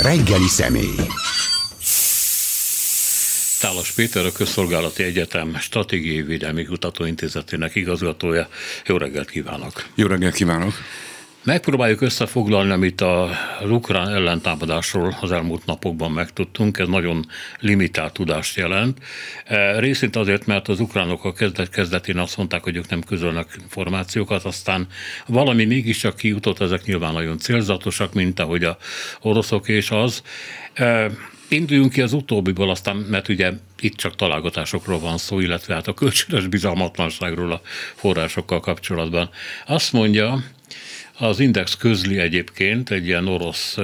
Reggeli személy. Tálas Péter, a Közszolgálati Egyetem Stratégiai Védelmi Kutatóintézetének igazgatója. Jó reggelt kívánok! Jó reggelt kívánok! Megpróbáljuk összefoglalni, amit az ukrán ellentámadásról az elmúlt napokban megtudtunk. Ez nagyon limitált tudást jelent. Részint azért, mert az ukránok a kezdetén azt mondták, hogy ők nem közölnek információkat, aztán valami mégiscsak kijutott, ezek nyilván nagyon célzatosak, mint ahogy az oroszok és az. Induljunk ki az utóbbiból, aztán, mert ugye itt csak találgatásokról van szó, illetve hát a kölcsönös bizalmatlanságról a forrásokkal kapcsolatban. Azt mondja, az Index közli egyébként egy ilyen orosz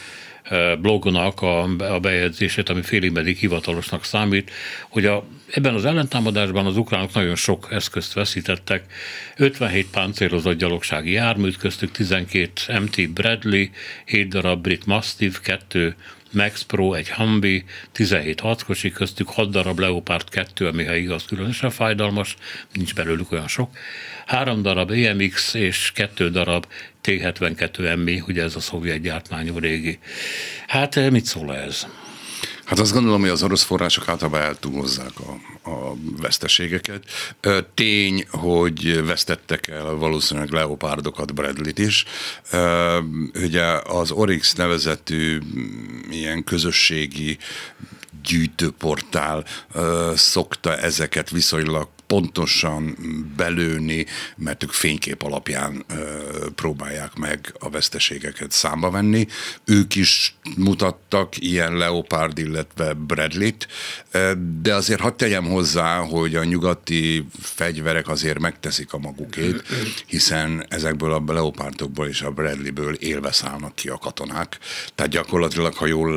blognak a bejegyzését, ami félig meddig hivatalosnak számít, hogy ebben az ellentámadásban az ukránok nagyon sok eszközt veszítettek, 57 páncélozott gyalogsági járműt, köztük 12 MT Bradley, 7 darab Brit Mastiff, 2 Max Pro, egy Humvee, 17 harckocsi, köztük 6 darab Leopard 2, ami ha igaz különösen fájdalmas, nincs belőlük olyan sok, 3 darab EMX és 2 darab T-72 MI, ugye ez a szovjet gyártmányú régi. Hát mit szól ez? Hát azt gondolom, hogy az orosz források általában eltúlozzák a veszteségeket. Tény, hogy vesztettek el valószínűleg leopárdokat, Bradley-t is. Ugye az Oryx nevezetű ilyen közösségi gyűjtőportál szokta ezeket viszonylag pontosan belőni, mert ők fénykép alapján próbálják meg a veszteségeket számba venni. Ők is mutattak ilyen Leopard, illetve Bradley-t, de azért hadd tegyem hozzá, hogy a nyugati fegyverek azért megteszik a magukét, hiszen ezekből a Leopardokból és a Bradleyből élve szállnak ki a katonák. Tehát gyakorlatilag, ha jól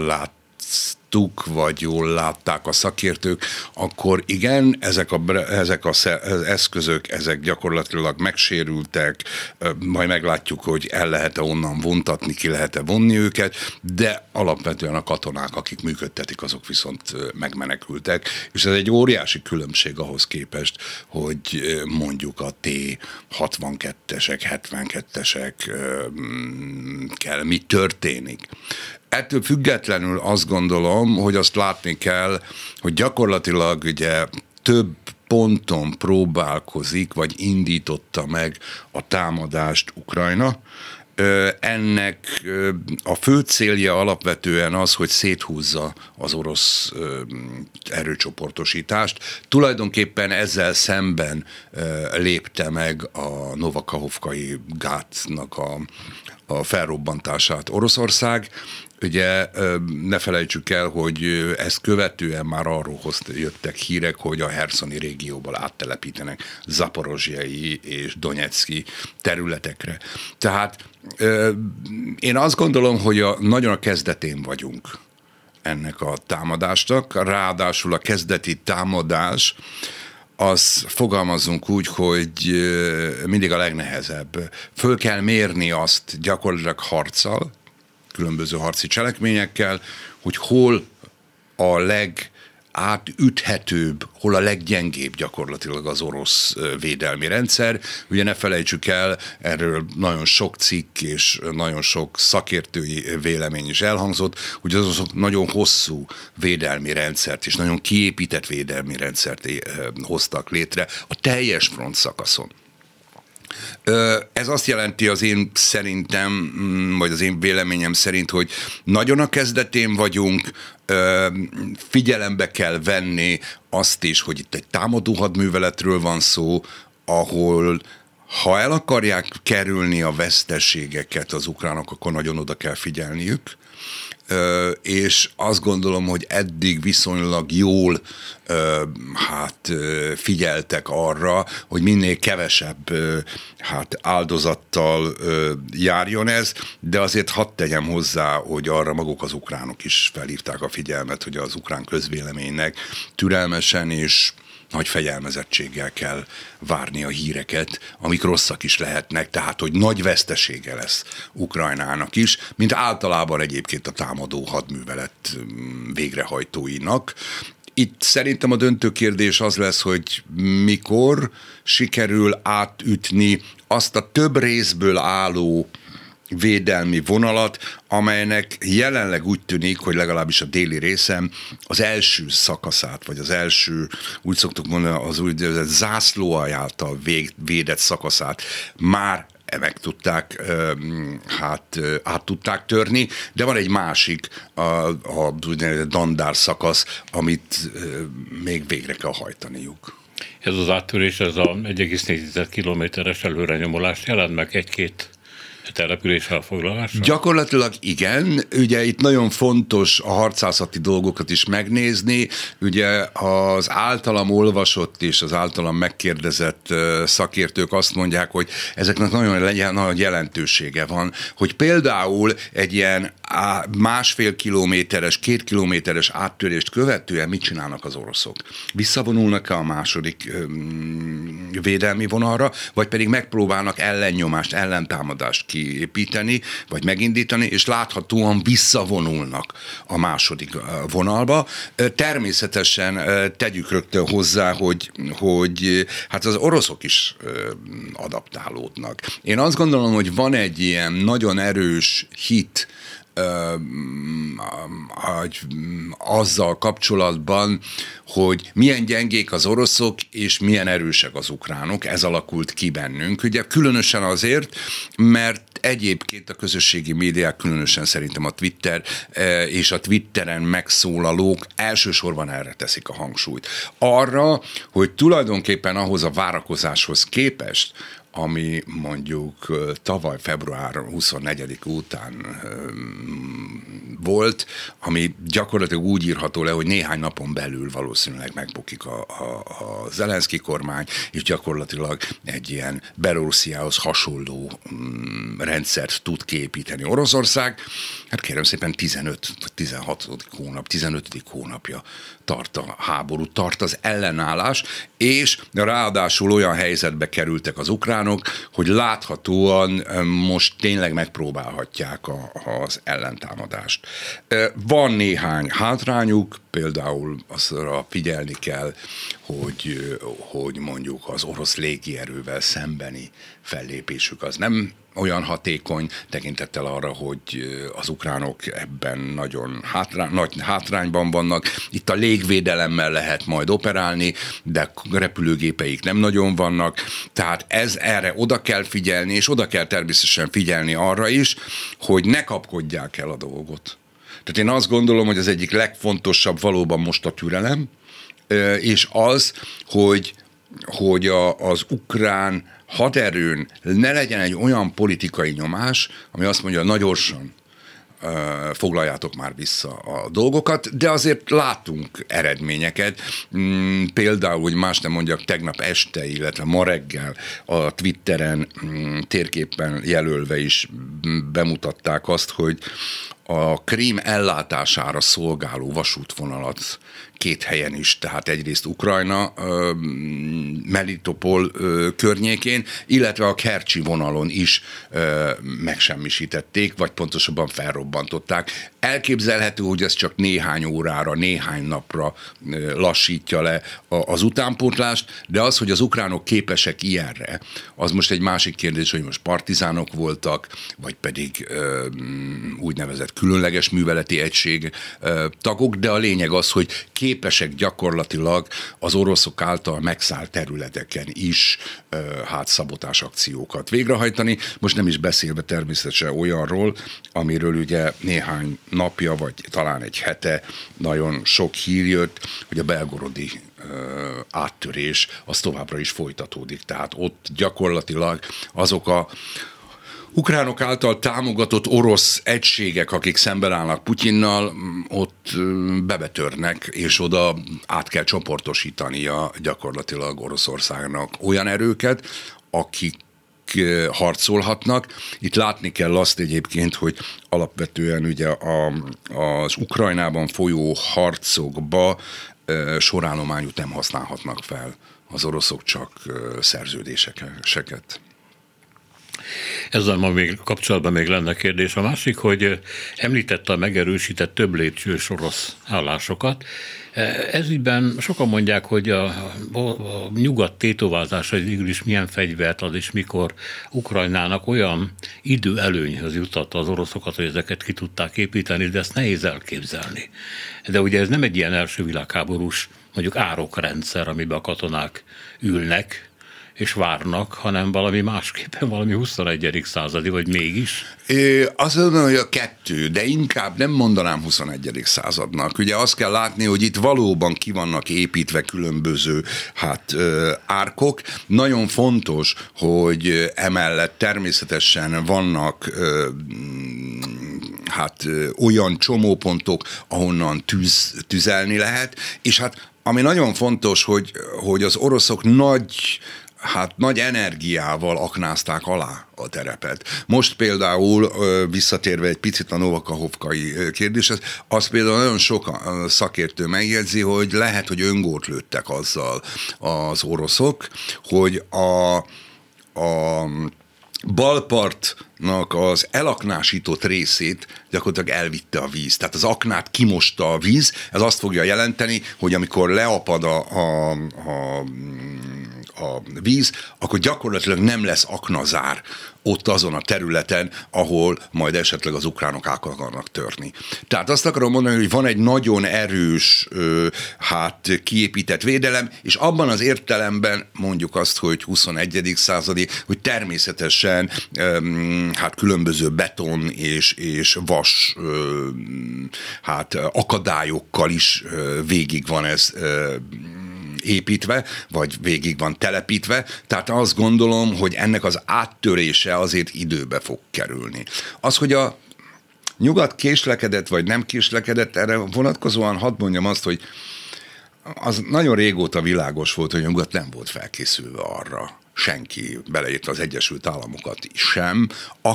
vagy jól látták a szakértők, akkor igen, ezek az eszközök, ezek gyakorlatilag megsérültek, majd meglátjuk, hogy el lehet-e onnan vontatni, ki lehet-e vonni őket, de alapvetően a katonák, akik működtetik, azok viszont megmenekültek, és ez egy óriási különbség ahhoz képest, hogy mondjuk a T-62-esek, 72-esekkel mi történik. Ettől függetlenül azt gondolom, hogy azt látni kell, hogy gyakorlatilag ugye több ponton próbálkozik, vagy indította meg a támadást Ukrajna. Ennek a fő célja alapvetően az, hogy széthúzza az orosz erőcsoportosítást. Tulajdonképpen ezzel szemben lépte meg a Novakahovkai gátnak a felrobbantását Oroszország. Ugye ne felejtsük el, hogy ezt követően már arról jöttek hírek, hogy a herszoni régióból áttelepítenek zaporozsiai és donetszki területekre. Tehát én azt gondolom, hogy nagyon a kezdetén vagyunk ennek a támadásnak, ráadásul a kezdeti támadás, az fogalmazunk úgy, hogy mindig a legnehezebb. Föl kell mérni azt gyakorlatilag harccal, különböző harci cselekményekkel, hogy hol a legátüthetőbb, hol a leggyengébb gyakorlatilag az orosz védelmi rendszer. Ugye ne felejtsük el, erről nagyon sok cikk és nagyon sok szakértői vélemény is elhangzott, hogy az oroszok nagyon hosszú védelmi rendszert és nagyon kiépített védelmi rendszert hoztak létre a teljes front szakaszon. Ez azt jelenti az én szerintem, vagy az én véleményem szerint, hogy nagyon a kezdetén vagyunk, figyelembe kell venni azt is, hogy itt egy támadó hadműveletről van szó, ahol ha el akarják kerülni a veszteségeket az ukránok, akkor nagyon oda kell figyelniük, és azt gondolom, hogy eddig viszonylag jól figyeltek arra, hogy minél kevesebb áldozattal járjon ez, de azért hadd tegyem hozzá, hogy arra maguk az ukránok is felhívták a figyelmet, hogy az ukrán közvéleménynek türelmesen és nagy fegyelmezettséggel kell várni a híreket, amik rosszak is lehetnek, tehát hogy nagy vesztesége lesz Ukrajnának is, mint általában egyébként a támadó hadművelet végrehajtóinak. Itt szerintem a döntő kérdés az lesz, hogy mikor sikerül átütni azt a több részből álló védelmi vonalat, amelynek jelenleg úgy tűnik, hogy legalábbis a déli részen az első szakaszát, vagy az első, úgy szoktuk mondani, az úgynevezett zászlóalj által védett szakaszát már meg tudták, át tudták törni, de van egy másik, a úgynevezett dandár szakasz, amit még végre kell hajtaniuk. Ez az áttörés, ez a 1,4 kilométeres előrenyomulást jelent meg egy-két település elfoglalása? Gyakorlatilag igen, ugye itt nagyon fontos a harcászati dolgokat is megnézni, ugye az általam olvasott és az általam megkérdezett szakértők azt mondják, hogy ezeknek nagyon nagy jelentősége van, hogy például egy ilyen 1,5 kilométeres, 2 kilométeres áttörést követően mit csinálnak az oroszok? Visszavonulnak-e a második védelmi vonalra, vagy pedig megpróbálnak ellennyomást, ellentámadást kiépíteni, vagy megindítani, és láthatóan visszavonulnak a második vonalba. Természetesen tegyük rögtön hozzá, hogy hát az oroszok is adaptálódnak. Én azt gondolom, hogy van egy ilyen nagyon erős hit azzal kapcsolatban, hogy milyen gyengék az oroszok, és milyen erősek az ukránok. Ez alakult ki bennünk. Ugye különösen azért, mert egyébként a közösségi médiák, különösen szerintem a Twitter és a Twitteren megszólalók elsősorban erre teszik a hangsúlyt. Arra, hogy tulajdonképpen ahhoz a várakozáshoz képest, ami mondjuk tavaly február 24 után volt, ami gyakorlatilag úgy írható le, hogy néhány napon belül valószínűleg megbukik a Zelenszky kormány, és gyakorlatilag egy ilyen Belorussziához hasonló rendszert tud kiépíteni Oroszország. Hát kérem szépen 15 hónapja tart a háború, tart az ellenállás, és ráadásul olyan helyzetbe kerültek az ukránok, hogy láthatóan most tényleg megpróbálhatják az ellentámadást. Van néhány hátrányuk, például azra figyelni kell, hogy mondjuk az orosz légierővel szembeni fellépésük az nem olyan hatékony, tekintettel arra, hogy az ukránok ebben nagyon nagy hátrányban vannak. Itt a légvédelemmel lehet majd operálni, de repülőgépeik nem nagyon vannak, tehát erre oda kell figyelni, és oda kell természetesen figyelni arra is, hogy ne kapkodják el a dolgot. Tehát én azt gondolom, hogy az egyik legfontosabb valóban most a türelem, és az, hogy az ukrán haderőn ne legyen egy olyan politikai nyomás, ami azt mondja, na gyorsan foglaljátok már vissza a dolgokat, de azért látunk eredményeket. Például, hogy más nem mondjak, tegnap este, illetve ma reggel a Twitteren térképen jelölve is bemutatták azt, hogy a Krím ellátására szolgáló vasútvonalat 2 helyen is, tehát egyrészt Ukrajna, Melitopol környékén, illetve a Kercsi vonalon is megsemmisítették, vagy pontosabban felrobbantották. Elképzelhető, hogy ez csak néhány órára, néhány napra lassítja le az utánpótlást, de az, hogy az ukránok képesek ilyenre, az most egy másik kérdés, hogy most partizánok voltak, vagy pedig úgynevezett különleges műveleti egység tagok, de a lényeg az, hogy képesek gyakorlatilag az oroszok által megszállt területeken is szabotás akciókat végrehajtani. Most nem is beszélve természetesen olyanról, amiről ugye néhány napja, vagy talán egy hete nagyon sok hír jött, hogy a belgorodi áttörés az továbbra is folytatódik. Tehát ott gyakorlatilag azok a ukránok által támogatott orosz egységek, akik szemben állnak Putyinnal, ott bebetörnek, és oda át kell csoportosítania gyakorlatilag Oroszországnak olyan erőket, akik harcolhatnak. Itt látni kell azt egyébként, hogy alapvetően ugye az Ukrajnában folyó harcokba sorállományút nem használhatnak fel az oroszok, csak szerződéseket. Ezzel ma még kapcsolatban még lenne kérdés. A másik, hogy említette a megerősített több lépcsős orosz állásokat. Ezügyben sokan mondják, hogy a nyugat tétovázása végül is milyen fegyvert ad, és mikor Ukrajnának olyan időelőnyhöz jutatta az oroszokat, hogy ezeket ki tudták építeni, de ezt nehéz elképzelni. De ugye ez nem egy ilyen első világháborús, mondjuk árokrendszer, amiben a katonák ülnek, és várnak, hanem valami másképpen, valami 21. századi, vagy mégis? Azt mondom, hogy a kettő, de inkább nem mondanám 21. századnak. Ugye azt kell látni, hogy itt valóban ki vannak építve különböző árkok. Nagyon fontos, hogy emellett természetesen vannak olyan csomópontok, ahonnan tüzelni lehet, és ami nagyon fontos, hogy az oroszok nagy energiával aknázták alá a terepet. Most például, visszatérve egy picit a Novakahovkai kérdéshez, azt például nagyon sok szakértő megjegyzi, hogy lehet, hogy öngót lőttek azzal az oroszok, hogy a balpartnak az elaknásított részét gyakorlatilag elvitte a víz. Tehát az aknát kimosta a víz, ez azt fogja jelenteni, hogy amikor leapad a víz, akkor gyakorlatilag nem lesz aknazár ott azon a területen, ahol majd esetleg az ukránok át akarnak törni. Tehát azt akarom mondani, hogy van egy nagyon erős kiépített védelem, és abban az értelemben mondjuk azt, hogy 21. századi, hogy természetesen különböző beton és vas akadályokkal is végig van ez építve, vagy végig van telepítve, tehát azt gondolom, hogy ennek az áttörése azért időbe fog kerülni. Az, hogy a nyugat késlekedett, vagy nem késlekedett, erre vonatkozóan hadd mondjam azt, hogy az nagyon régóta világos volt, hogy a nyugat nem volt felkészülve arra, senki, beleértve az Egyesült Államokat sem,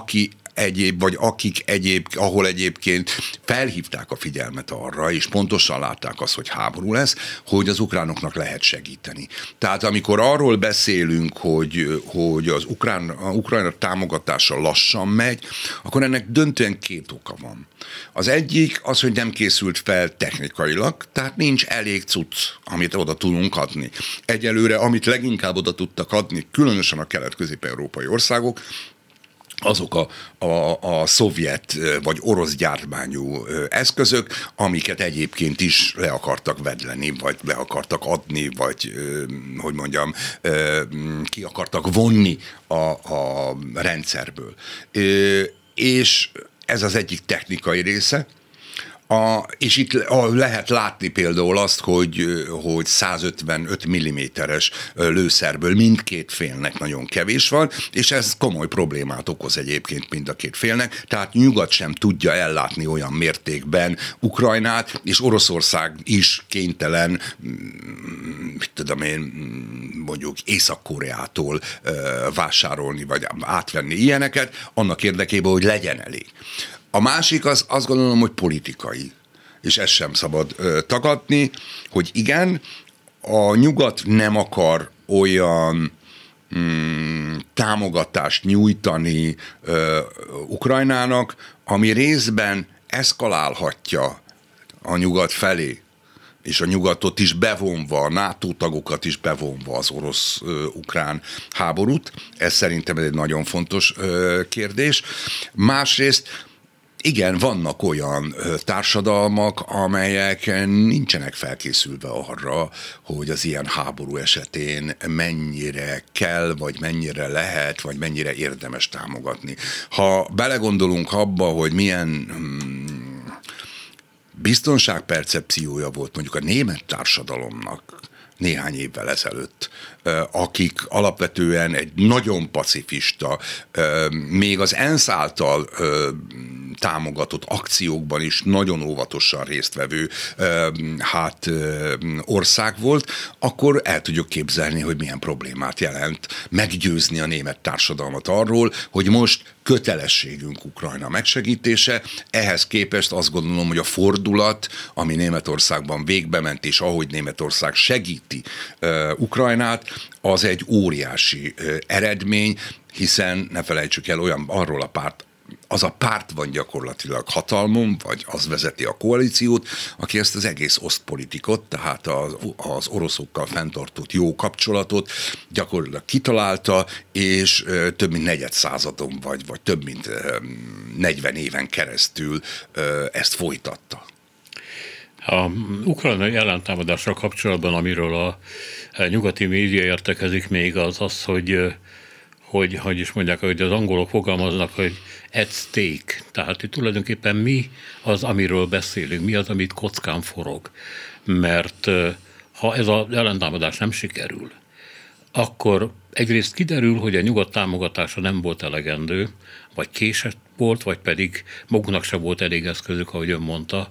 ahol egyébként felhívták a figyelmet arra, és pontosan látták azt, hogy háború lesz, hogy az ukránoknak lehet segíteni. Tehát amikor arról beszélünk, hogy az Ukrajna támogatása lassan megy, akkor ennek döntően két oka van. Az egyik az, hogy nem készült fel technikailag, tehát nincs elég cucc, amit oda tudunk adni. Egyelőre, amit leginkább oda tudtak adni, különösen a kelet-közép-európai országok, azok a szovjet vagy orosz gyártmányú eszközök, amiket egyébként is le akartak vedleni, vagy le akartak adni, vagy ki akartak vonni a rendszerből. És ez az egyik technikai része. És itt lehet látni például azt, hogy 155 mm-es lőszerből mindkét félnek nagyon kevés van, és ez komoly problémát okoz egyébként mind a két félnek, tehát nyugat sem tudja ellátni olyan mértékben Ukrajnát, és Oroszország is kénytelen, mondjuk Észak-Koreától vásárolni, vagy átvenni ilyeneket, annak érdekében, hogy legyen elég. A másik azt gondolom, hogy politikai, és ezt sem szabad tagadni, hogy igen, a nyugat nem akar olyan támogatást nyújtani Ukrajnának, ami részben eszkalálhatja a nyugat felé, és a nyugatot is bevonva, a NATO tagokat is bevonva az orosz-ukrán háborút. Ez szerintem egy nagyon fontos kérdés. Másrészt igen, vannak olyan társadalmak, amelyek nincsenek felkészülve arra, hogy az ilyen háború esetén mennyire kell, vagy mennyire lehet, vagy mennyire érdemes támogatni. Ha belegondolunk abba, hogy milyen biztonságpercepciója volt mondjuk a német társadalomnak néhány évvel ezelőtt, akik alapvetően egy nagyon pacifista, még az ENSZ által támogatott akciókban is nagyon óvatosan résztvevő ország volt, akkor el tudjuk képzelni, hogy milyen problémát jelent meggyőzni a német társadalmat arról, hogy most kötelességünk Ukrajna megsegítése. Ehhez képest azt gondolom, hogy a fordulat, ami Németországban végbe ment, és ahogy Németország segíti Ukrajnát, az egy óriási eredmény, hiszen ne felejtsük el, az a párt van gyakorlatilag hatalmon, vagy az vezeti a koalíciót, aki ezt az egész osztpolitikot, tehát az oroszokkal fenntartott jó kapcsolatot gyakorlatilag kitalálta, és több mint negyed századon, vagy több mint 40 éven keresztül ezt folytatta. A ukrajnai ellentámadással kapcsolatban, amiről a nyugati média értekezik még, az, hogy is mondják, hogy az angolok fogalmaznak, hogy at stake. Tehát hogy tulajdonképpen mi az, amiről beszélünk, mi az, amit kockán forog. Mert ha ez az ellentámadás nem sikerül, akkor egyrészt kiderül, hogy a nyugat támogatása nem volt elegendő, vagy késett volt, vagy pedig maguknak se volt elég eszközük, ahogy ön mondta.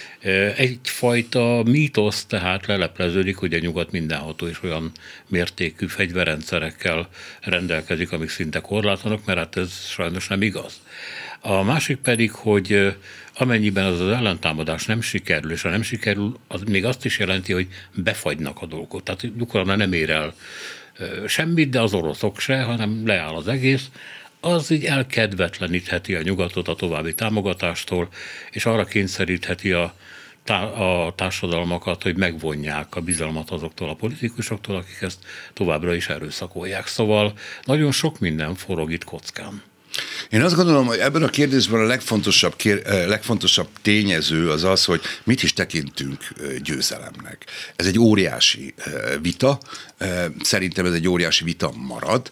Egyfajta mítosz tehát lelepleződik, hogy a nyugat mindenható és olyan mértékű fegyverrendszerekkel rendelkezik, amik szinte korlátlanok, mert hát ez sajnos nem igaz. A másik pedig, hogy amennyiben az ellentámadás nem sikerül, és ha nem sikerül, az még azt is jelenti, hogy befagynak a dolgok. Tehát Ukrajna nem ér el semmit, de az oroszok se, hanem leáll az egész, az így elkedvetlenítheti a nyugatot a további támogatástól, és arra kényszerítheti a társadalmakat, hogy megvonják a bizalmat azoktól a politikusoktól, akik ezt továbbra is erőszakolják. Szóval nagyon sok minden forog itt kockán. Én azt gondolom, hogy ebben a kérdésben a legfontosabb tényező az az, hogy mit is tekintünk győzelemnek. Ez egy óriási vita, szerintem ez egy óriási vita marad,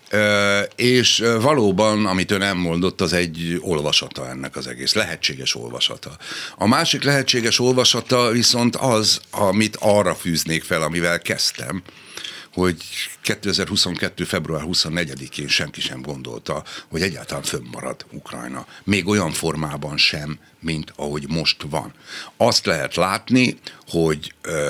és valóban, amit ön elmondott, az egy olvasata ennek az egész, lehetséges olvasata. A másik lehetséges olvasata viszont az, amit arra fűznék fel, amivel kezdtem, hogy 2022. február 24-én senki sem gondolta, hogy egyáltalán fönnmarad Ukrajna. Még olyan formában sem, mint ahogy most van. Azt lehet látni, hogy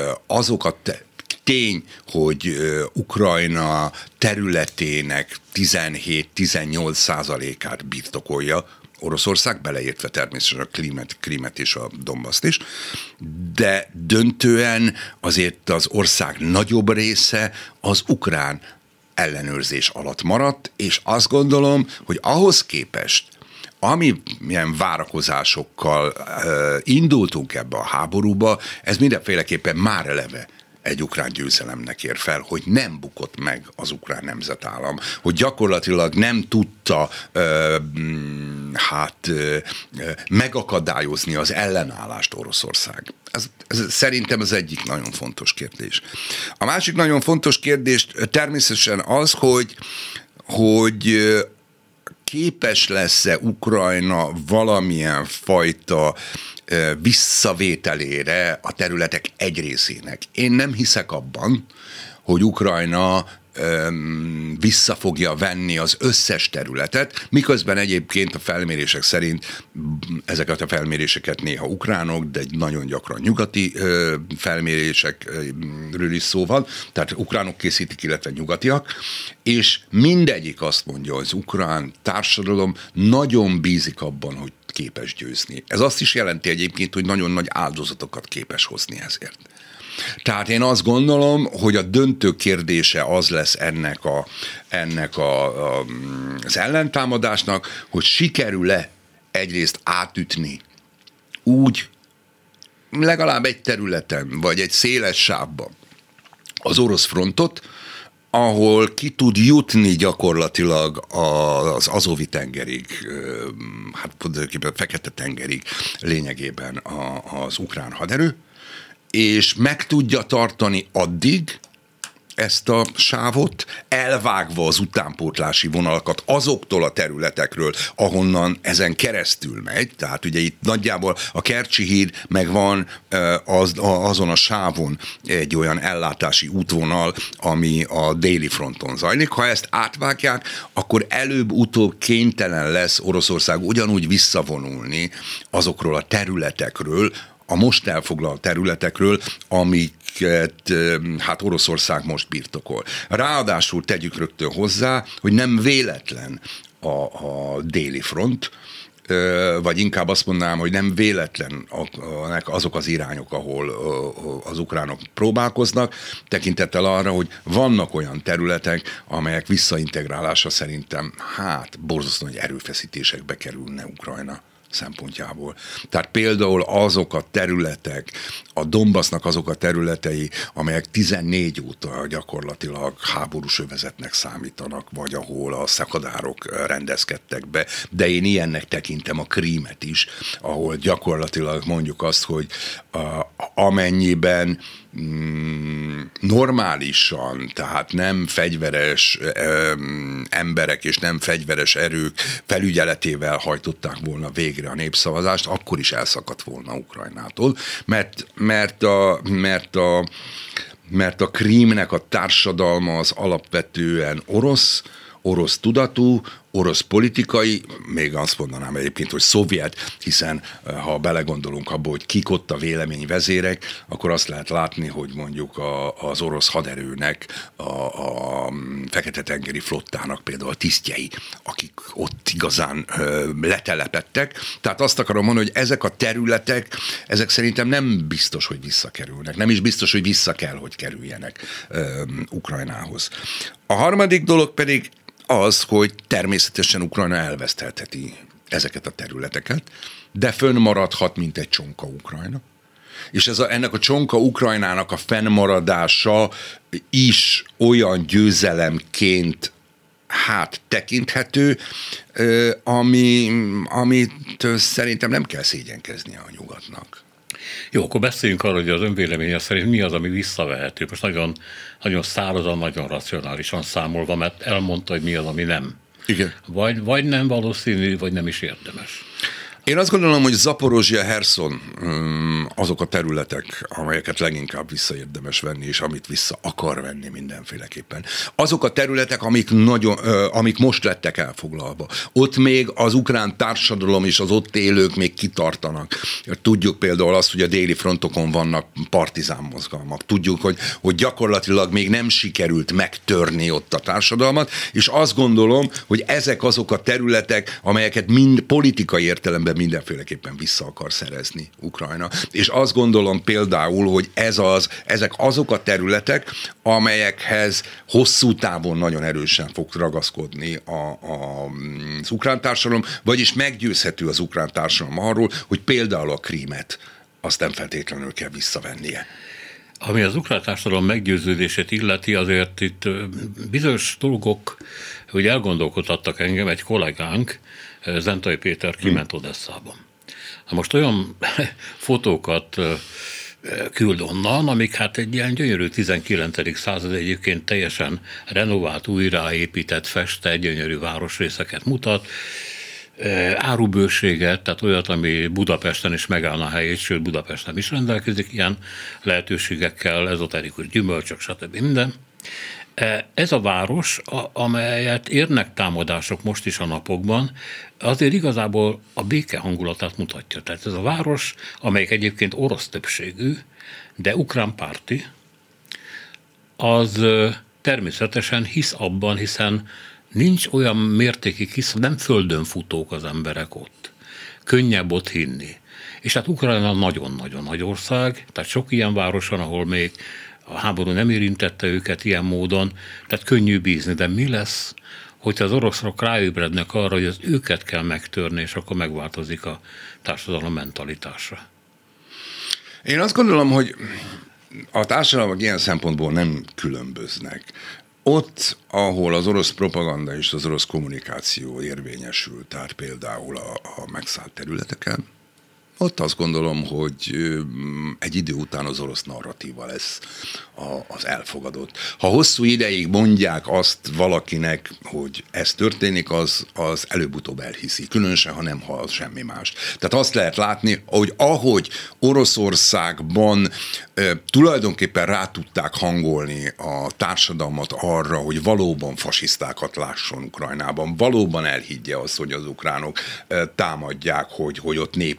tény, hogy Ukrajna területének 17-18%-át birtokolja Oroszország, beleértve természetesen a Krímet és a Donbaszt is, de döntően azért az ország nagyobb része az ukrán ellenőrzés alatt maradt, és azt gondolom, hogy ahhoz képest, amilyen várakozásokkal indultunk ebbe a háborúba, ez mindenféleképpen már eleve egy ukrán győzelemnek ér fel, hogy nem bukott meg az ukrán nemzetállam, hogy gyakorlatilag nem tudta megakadályozni az ellenállást Oroszország. Ez szerintem az egyik nagyon fontos kérdés. A másik nagyon fontos kérdés természetesen az, hogy képes lesz-e Ukrajna valamilyen fajta visszavételére a területek egy részének. Én nem hiszek abban, hogy Ukrajna vissza fogja venni az összes területet, miközben egyébként a felmérések szerint ezeket a felméréseket néha ukránok, de nagyon gyakran nyugati felmérésekről is szó van, tehát ukránok készítik, illetve nyugatiak, és mindegyik azt mondja, hogy az ukrán társadalom nagyon bízik abban, hogy képes győzni. Ez azt is jelenti egyébként, hogy nagyon nagy áldozatokat képes hozni ezért. Tehát én azt gondolom, hogy a döntő kérdése az lesz ennek az ellentámadásnak, hogy sikerül-e egyrészt átütni úgy legalább egy területen, vagy egy széles sávban az orosz frontot, ahol ki tud jutni gyakorlatilag az Azovi-tengerig, Fekete-tengerig lényegében az ukrán haderő, és meg tudja tartani addig ezt a sávot, elvágva az utánpótlási vonalakat azoktól a területekről, ahonnan ezen keresztül megy, tehát ugye itt nagyjából a Kercsi híd meg van azon a sávon egy olyan ellátási útvonal, ami a déli fronton zajlik. Ha ezt átvágják, akkor előbb-utóbb kénytelen lesz Oroszország ugyanúgy visszavonulni azokról a területekről, a most elfoglalt területekről, amiket Oroszország most birtokol. Ráadásul tegyük rögtön hozzá, hogy nem véletlen a déli front, vagy inkább azt mondanám, hogy nem véletlen azok az irányok, ahol az ukránok próbálkoznak, tekintettel arra, hogy vannak olyan területek, amelyek visszaintegrálása szerintem borzasztó nagy erőfeszítésekbe kerülne Ukrajna szempontjából. Tehát például azok a területek, a Donbassnak azok a területei, amelyek 14 óta gyakorlatilag háborús övezetnek számítanak, vagy ahol a szakadárok rendezkedtek be, de én ilyennek tekintem a Krímet is, ahol gyakorlatilag mondjuk azt, hogy amennyiben normálisan, tehát nem fegyveres emberek és nem fegyveres erők felügyeletével hajtották volna végre a népszavazást, akkor is elszakadt volna Ukrajnától, mert a Krímnek a társadalma az alapvetően orosz tudatú, orosz politikai, még azt mondanám egyébként, hogy szovjet, hiszen ha belegondolunk abba, hogy kik ott a véleményvezérek, akkor azt lehet látni, hogy mondjuk az orosz haderőnek, a Fekete-tengeri flottának például a tisztjei, akik ott igazán letelepedtek. Tehát azt akarom mondani, hogy ezek a területek, ezek szerintem nem biztos, hogy visszakerülnek. Nem is biztos, hogy vissza kell, hogy kerüljenek Ukrajnához. A harmadik dolog pedig az, hogy természetesen Ukrajna elveszthetheti ezeket a területeket, de fönnmaradhat, mint egy csonka Ukrajna. És ennek a csonka Ukrajnának a fennmaradása is olyan győzelemként tekinthető, amit szerintem nem kell szégyenkeznie a nyugatnak. Jó, akkor beszéljünk arról, hogy az önvéleménye szerint mi az, ami visszavehető. Most nagyon, nagyon szárazan, nagyon racionálisan számolva, mert elmondta, hogy mi az, ami nem. Igen. Vagy nem valószínű, vagy nem is érdemes. Én azt gondolom, hogy Zaporozsia, Herson azok a területek, amelyeket leginkább visszaérdemes venni, és amit vissza akar venni mindenféleképpen. Azok a területek, amik most lettek elfoglalva. Ott még az ukrán társadalom és az ott élők még kitartanak. Tudjuk például azt, hogy a déli frontokon vannak partizán mozgalmak. Tudjuk, hogy gyakorlatilag még nem sikerült megtörni ott a társadalmat, és azt gondolom, hogy ezek azok a területek, amelyeket mind politikai értelemben mindenféleképpen vissza akar szerezni Ukrajna. És azt gondolom például, hogy ezek azok a területek, amelyekhez hosszú távon nagyon erősen fog ragaszkodni az ukrán társadalom, vagyis meggyőzhető az ukrán társadalom arról, hogy például a Krímet azt nem feltétlenül kell visszavennie. Ami az ukrán társadalom meggyőződését illeti, azért itt bizonyos dolgok, hogy elgondolkodtattak engem, egy kollégánk, Zentai Péter kiment Odesszában. Most olyan fotókat küld onnan, amik egy ilyen gyönyörű 19. század egyébként teljesen renovált, újraépített, festett, gyönyörű városrészeket mutat, árubőséget, tehát olyat, ami Budapesten is megállna a helyét, sőt Budapesten is rendelkezik ilyen lehetőségekkel, ezoterikus gyümölcsök, stb. Minden. Ez a város, amelyet érnek támadások most is a napokban, azért igazából a béke hangulatát mutatja. Tehát ez a város, amelyik egyébként orosz többségű, de ukrán párti, az természetesen hisz abban, hiszen nincs olyan mértékig hisz, nem földön futók az emberek ott. Könnyebb ott hinni. És hát Ukrajna nagyon-nagyon nagy ország, tehát sok ilyen város van, ahol még a háború nem érintette őket ilyen módon, tehát könnyű bízni, de mi lesz, hogyha az oroszok ráébrednek arra, hogy az őket kell megtörni, és akkor megváltozik a társadalom mentalitása? Én azt gondolom, hogy a társadalmak ilyen szempontból nem különböznek. Ott, ahol az orosz propaganda és az orosz kommunikáció érvényesül, tehát például a megszállt területeken, ott azt gondolom, hogy egy idő után az orosz narratíva lesz az elfogadott. Ha hosszú ideig mondják azt valakinek, hogy ez történik, az előbb-utóbb elhiszi, különösen, ha nem hall semmi más. Tehát azt lehet látni, hogy ahogy Oroszországban tulajdonképpen rá tudták hangolni a társadalmat arra, hogy valóban fasisztákat lásson Ukrajnában, valóban elhiggye azt, hogy az ukránok támadják, hogy ott népírtás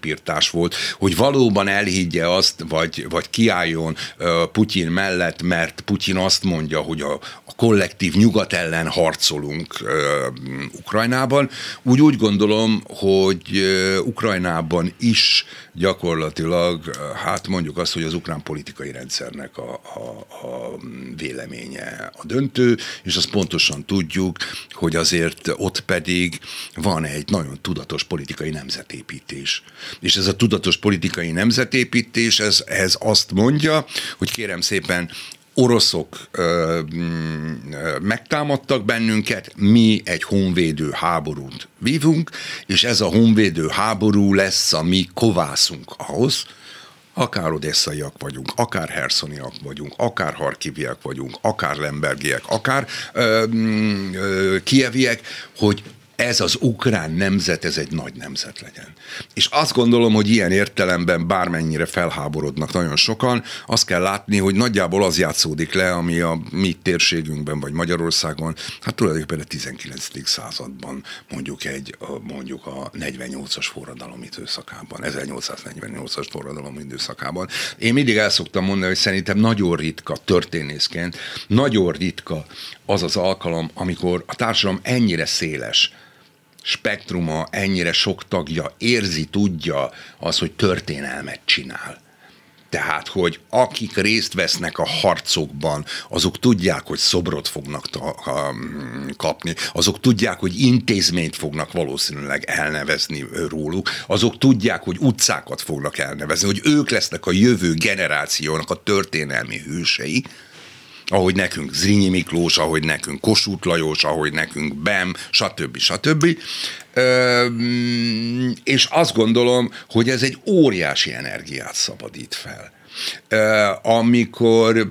megoldás volt, hogy valóban elhiggye azt, vagy kiálljon Putyin mellett, mert Putyin azt mondja, hogy a kollektív nyugat ellen harcolunk Ukrajnában. Úgy gondolom, hogy Ukrajnában is gyakorlatilag, hát mondjuk azt, hogy az ukrán politikai rendszernek a véleménye a döntő, és azt pontosan tudjuk, hogy azért ott pedig van egy nagyon tudatos politikai nemzetépítés. És ez a tudatos politikai nemzetépítés, ez azt mondja, hogy kérem szépen, oroszok megtámadtak bennünket, mi egy honvédő háborút vívunk, és ez a honvédő háború lesz a mi kovászunk ahhoz, akár odesszaiak vagyunk, akár herszoniak vagyunk, akár harkiviek vagyunk, akár lembergiek, akár kieviek, hogy ez az ukrán nemzet, ez egy nagy nemzet legyen. És azt gondolom, hogy ilyen értelemben bármennyire felháborodnak nagyon sokan, azt kell látni, hogy nagyjából az játszódik le, ami a mi térségünkben, vagy Magyarországon, hát tulajdonképpen a 19. században mondjuk a 48-as forradalom időszakában, 1848-as forradalom időszakában. Én mindig el szoktam mondani, hogy szerintem nagyon ritka történészként, nagyon ritka az az alkalom, amikor a társadalom ennyire széles spektruma, ennyire sok tagja érzi, tudja az, hogy történelmet csinál. Tehát, hogy akik részt vesznek a harcokban, azok tudják, hogy szobrot fognak kapni, azok tudják, hogy intézményt fognak valószínűleg elnevezni róluk, azok tudják, hogy utcákat fognak elnevezni, hogy ők lesznek a jövő generációnak a történelmi hősei, ahogy nekünk Zrínyi Miklós, ahogy nekünk Kossuth Lajos, ahogy nekünk Bem, stb. És azt gondolom, hogy ez egy óriási energiát szabadít fel. Amikor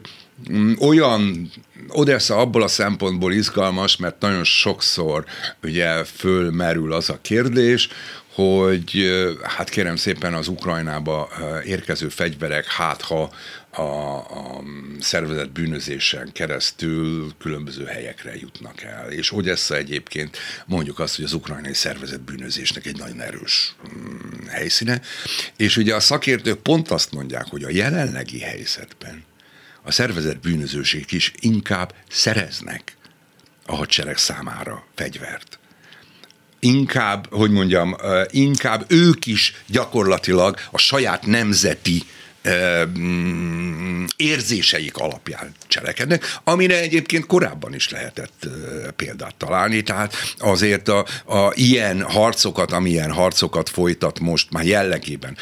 Odessa abból a szempontból izgalmas, mert nagyon sokszor ugye fölmerül az a kérdés, hogy hát kérem szépen az Ukrajnába érkező fegyverek, hát ha a szervezett bűnözésen keresztül különböző helyekre jutnak el. És Odessa egyébként mondjuk azt, hogy az ukrajnai szervezett bűnözésnek egy nagyon erős helyszíne. És ugye a szakértők pont azt mondják, hogy a jelenlegi helyzetben a szervezett bűnözőség is inkább szereznek a hadsereg számára fegyvert. Inkább ők is gyakorlatilag a saját nemzeti érzéseik alapján cselekednek, amire egyébként korábban is lehetett példát találni, tehát azért ilyen harcokat, amilyen harcokat folytat most, már jellegében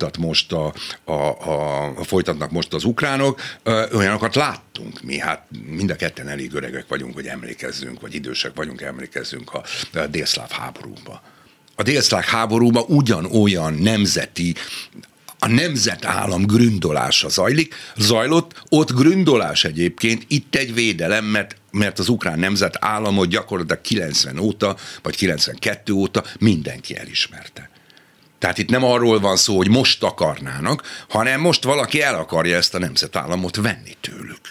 folytatnak most az ukránok, olyanokat láttunk mi, hát mind a ketten elég öregek vagyunk, hogy emlékezzünk, vagy idősek vagyunk, emlékezzünk a délszláv háborúba. A délszláv háborúban ugyanolyan a nemzetállam gründolása zajlott, ott gründolás egyébként, itt egy védelem, mert az ukrán nemzetállamot gyakorlatilag 90 óta, vagy 92 óta mindenki elismerte. Tehát itt nem arról van szó, hogy most akarnának, hanem most valaki el akarja ezt a nemzetállamot venni tőlük.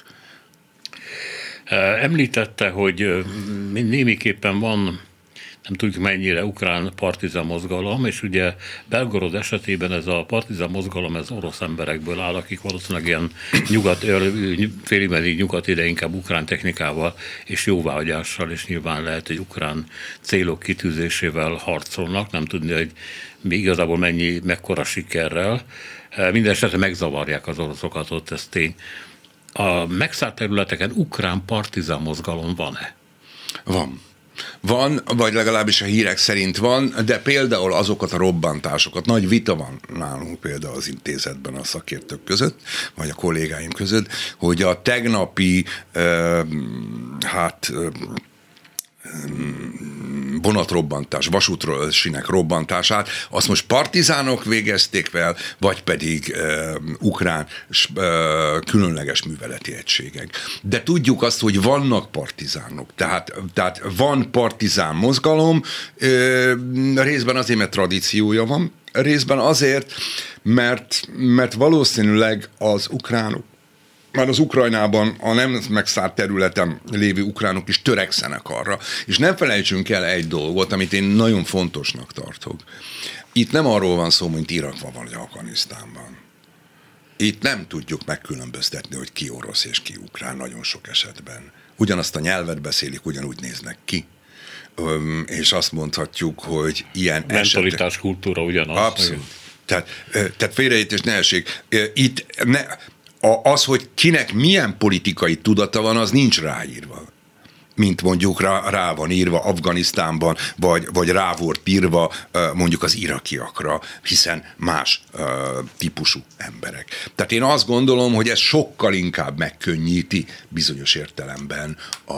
Említette, hogy némiképpen van, nem tudjuk mennyire, ukrán partizán mozgalom, és ugye Belgorod esetében ez a partizán mozgalom, ez orosz emberekből áll, akik valószínűleg ilyen félig nyugat ide inkább ukrán technikával és jóváhagyással, és nyilván lehet, hogy ukrán célok kitűzésével harcolnak, nem tudni, hogy igazából mekkora sikerrel. Mindenesetre megzavarják az oroszokat, ott ez tény. A megszállt területeken ukrán partizán mozgalom van-e? Van, vagy legalábbis a hírek szerint van, de például azokat a robbantásokat, nagy vita van nálunk például az intézetben a szakértők között, vagy a kollégáim között, hogy a tegnapi vonatrobbantás, vasútsinek robbantását, azt most partizánok végezték fel, vagy pedig ukrán különleges műveleti egységek. De tudjuk azt, hogy vannak partizánok, tehát van partizán mozgalom, részben azért, mert tradíciója van, részben azért, mert valószínűleg az ukránok már az Ukrajnában, a nem megszállt területen lévő ukránok is törekszenek arra. És nem felejtsünk el egy dolgot, amit én nagyon fontosnak tartok. Itt nem arról van szó, mint Irakban vagy Afganisztánban. Itt nem tudjuk megkülönböztetni, hogy ki orosz és ki ukrán nagyon sok esetben. Ugyanazt a nyelvet beszélik, ugyanúgy néznek ki. És azt mondhatjuk, hogy ilyen mentalitás, kultúra ugyanaz. Abszolút. Tehát félreértés ne essék. Itt az, hogy kinek milyen politikai tudata van, az nincs ráírva. Mint mondjuk rá van írva Afganisztánban, vagy rá volt írva mondjuk az irakiakra, hiszen más típusú emberek. Tehát én azt gondolom, hogy ez sokkal inkább megkönnyíti bizonyos értelemben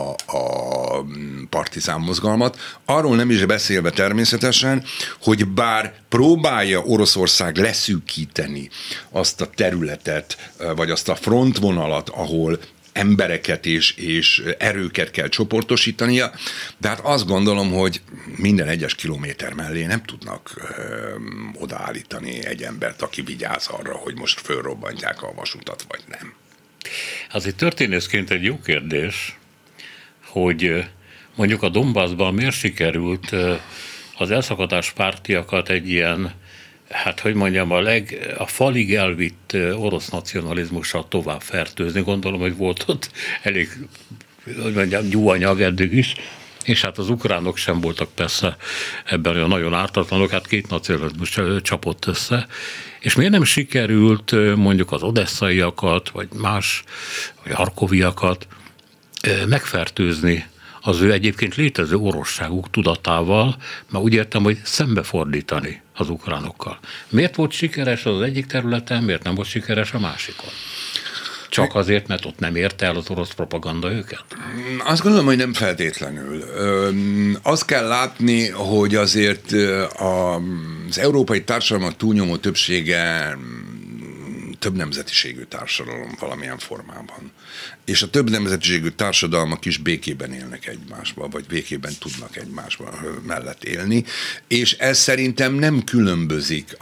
a partizán mozgalmat. Arról nem is beszélve természetesen, hogy bár próbálja Oroszország leszűkíteni azt a területet, vagy azt a frontvonalat, ahol embereket és erőket kell csoportosítania, de hát azt gondolom, hogy minden egyes kilométer mellé nem tudnak odaállítani egy embert, aki vigyáz arra, hogy most fölrobbantják a vasutat, vagy nem. Azért történészként egy jó kérdés, hogy mondjuk a Donbassban miért sikerült az elszakadás pártiakat egy ilyen, hát hogy mondjam, a falig elvitt orosz nacionalizmussal tovább fertőzni. Gondolom, hogy volt ott elég, hogy mondjam, gyúanyag eddig is, és hát az ukránok sem voltak persze ebben olyan nagyon ártatlanok, hát két nacionalizmus csapott össze. És miért nem sikerült mondjuk az odesszaiakat, vagy más, vagy harkoviakat megfertőzni az ő egyébként létező orosságuk tudatával, mert úgy értem, hogy szembefordítani az ukránokkal. Miért volt sikeres az egyik területen, miért nem volt sikeres a másikon? Csak azért, mert ott nem érte el az orosz propaganda őket? Azt gondolom, hogy nem feltétlenül. Azt kell látni, hogy azért az európai társadalmak túlnyomó többsége több nemzetiségű társadalom valamilyen formában. És a több nemzetiségű társadalmak is békében élnek egymásban, vagy békében tudnak egymásban mellett élni, és ez szerintem nem különbözik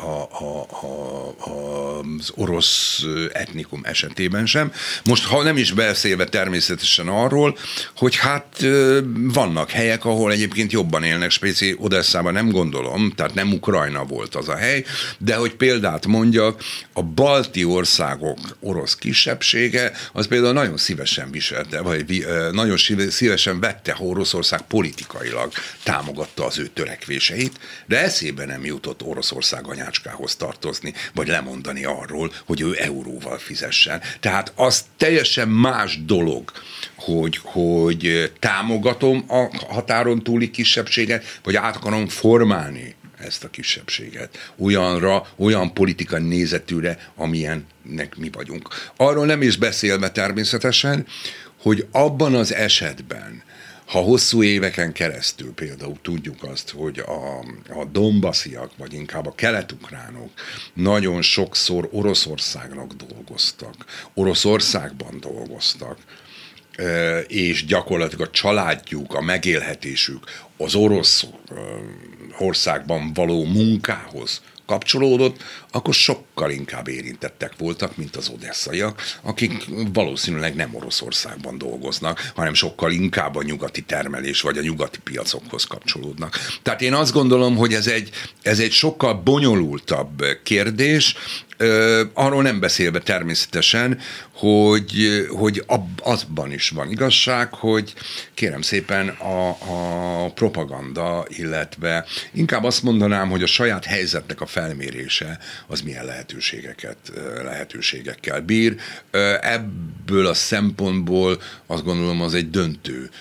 az orosz etnikum esetében sem. Most, ha nem is beszélve természetesen arról, hogy hát vannak helyek, ahol egyébként jobban élnek, spéci Odesszában nem gondolom, tehát nem Ukrajna volt az a hely, de hogy példát mondjak, a balti országok orosz kisebbsége, az például nagyon szívesen viselte, vagy nagyon szívesen vette, ha Oroszország politikailag támogatta az ő törekvéseit, de eszébe nem jutott Oroszország anyácskához tartozni, vagy lemondani arról, hogy ő euróval fizessen. Tehát az teljesen más dolog, hogy támogatom a határon túli kisebbséget, vagy át akarom formálni ezt a kisebbséget olyan politikai nézetűre, amilyennek mi vagyunk. Arról nem is beszélve természetesen, hogy abban az esetben, ha hosszú éveken keresztül például tudjuk azt, hogy a donbassiak, vagy inkább a kelet-ukránok nagyon sokszor Oroszországnak dolgoztak, Oroszországban dolgoztak, és gyakorlatilag a családjuk, a megélhetésük az orosz országban való munkához kapcsolódott, akkor sokkal inkább érintettek voltak, mint az odesszaiak, akik valószínűleg nem Oroszországban dolgoznak, hanem sokkal inkább a nyugati termelés vagy a nyugati piacokhoz kapcsolódnak. Tehát én azt gondolom, hogy ez egy sokkal bonyolultabb kérdés, arról nem beszélve természetesen, hogy azban is van igazság, hogy kérem szépen a propaganda, illetve inkább azt mondanám, hogy a saját helyzetnek a felmérése az milyen lehetőségekkel bír. Ebből a szempontból azt gondolom, az egy döntő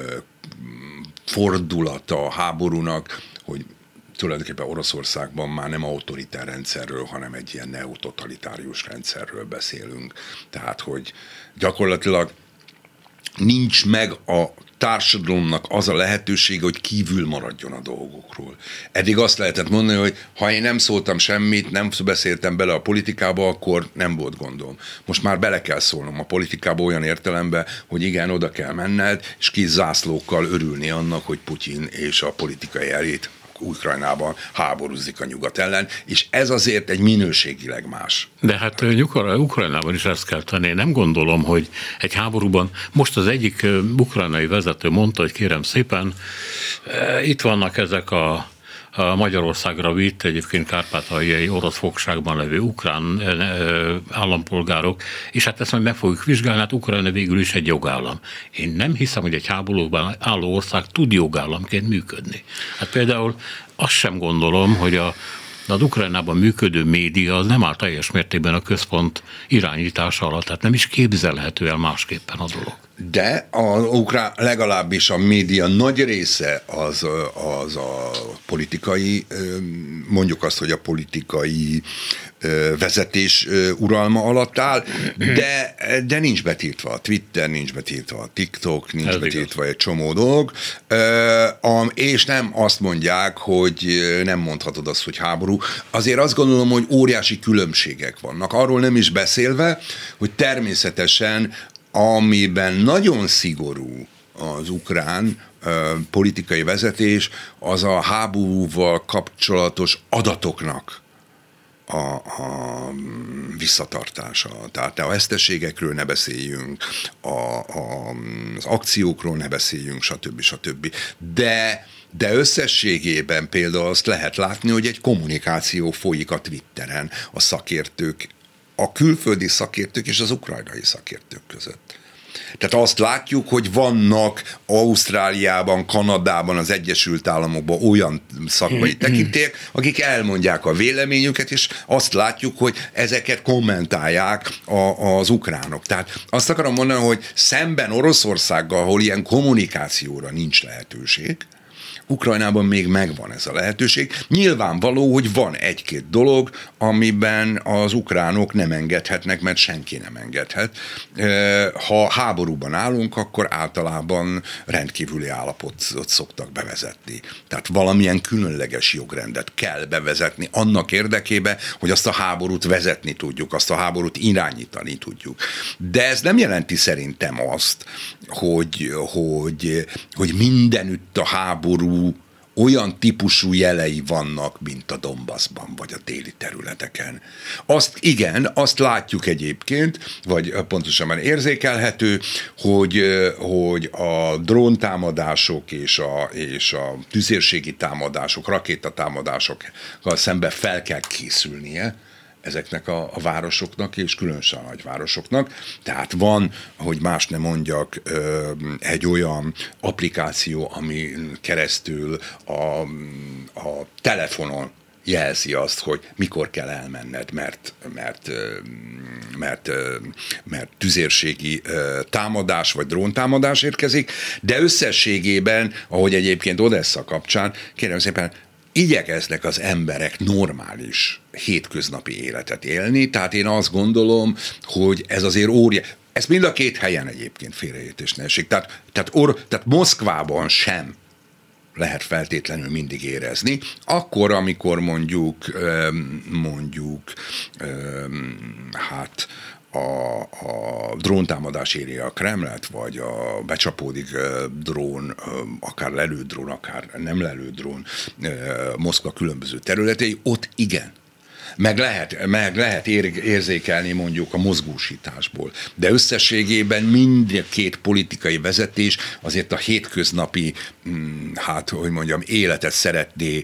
fordulata a háborúnak, hogy tulajdonképpen Oroszországban már nem autoritár rendszerről, hanem egy ilyen neototalitárius rendszerről beszélünk. Tehát, hogy gyakorlatilag nincs meg a társadalomnak az a lehetősége, hogy kívül maradjon a dolgokról. Eddig azt lehetett mondani, hogy ha én nem szóltam semmit, nem beszéltem bele a politikába, akkor nem volt gondom. Most már bele kell szólnom a politikába olyan értelemben, hogy igen, oda kell menned, és kis zászlókkal örülni annak, hogy Putyin és a politikai elit Ukrajnában háborúzik a nyugat ellen, és ez azért egy minőségileg más. De hát Ukrajnában is ezt kell tenni. Nem gondolom, hogy egy háborúban, most az egyik ukrajnai vezető mondta, hogy kérem szépen, itt vannak ezek a Magyarországra vitt, egyébként kárpátaljai orosz fogságban levő ukrán állampolgárok, és hát ezt majd meg fogjuk vizsgálni, hát Ukrajna végül is egy jogállam. Én nem hiszem, hogy egy háborúban álló ország tud jogállamként működni. Hát például azt sem gondolom, hogy az Ukrajnában működő média az nem áll teljes mértékben a központ irányítása alatt, tehát nem is képzelhető el másképpen a dolog. De legalábbis a média nagy része az a politikai, mondjuk azt, hogy a politikai vezetés uralma alatt áll, de nincs betiltva a Twitter, nincs betiltva a TikTok, nincs ez betiltva igaz. Egy csomó dolog, és nem azt mondják, hogy nem mondhatod azt, hogy háború. Azért azt gondolom, hogy óriási különbségek vannak. Arról nem is beszélve, hogy természetesen amiben nagyon szigorú az ukrán politikai vezetés, az a háborúval kapcsolatos adatoknak a visszatartása. Tehát a veszteségekről ne beszéljünk, az akciókról ne beszéljünk, stb. De összességében például azt lehet látni, hogy egy kommunikáció folyik a Twitteren a szakértők, a külföldi szakértők és az ukrajnai szakértők között. Tehát azt látjuk, hogy vannak Ausztráliában, Kanadában, az Egyesült Államokban olyan szakmai tekintélyek, akik elmondják a véleményüket, és azt látjuk, hogy ezeket kommentálják az ukránok. Tehát azt akarom mondani, hogy szemben Oroszországgal, ahol ilyen kommunikációra nincs lehetőség, Ukrajnában még megvan ez a lehetőség. Nyilvánvaló, hogy van egy-két dolog, amiben az ukránok nem engedhetnek, mert senki nem engedhet. Ha háborúban állunk, akkor általában rendkívüli állapotot szoktak bevezetni. Tehát valamilyen különleges jogrendet kell bevezetni annak érdekében, hogy azt a háborút vezetni tudjuk, azt a háborút irányítani tudjuk. De ez nem jelenti szerintem azt, hogy mindenütt a háború olyan típusú jelei vannak, mint a Donbassban, vagy a déli területeken. Azt látjuk egyébként, vagy pontosabban érzékelhető, hogy a dróntámadások és a tüzérségi támadások, rakétatámadásokkal szemben fel kell készülnie ezeknek a városoknak, és különösen a nagyvárosoknak. Tehát van, hogy más nem mondjak, egy olyan applikáció, ami keresztül a telefonon jelzi azt, hogy mikor kell elmenned, mert tüzérségi támadás vagy dróntámadás érkezik, de összességében, ahogy egyébként Odessa kapcsán, kérem szépen, igyekeznek az emberek normális, hétköznapi életet élni, tehát én azt gondolom, hogy ez azért óriási. Ez mind a két helyen egyébként félreértés ne esik. Tehát Moszkvában sem lehet feltétlenül mindig érezni. Akkor, amikor mondjuk a dróntámadás éri a Kremlet, vagy becsapódik drón, akár lelő drón, akár nem lelő drón Moszkva különböző területei, ott igen. Meg lehet érzékelni mondjuk a mozgósításból. De összességében mindkét politikai vezetés azért a hétköznapi, életet szeretné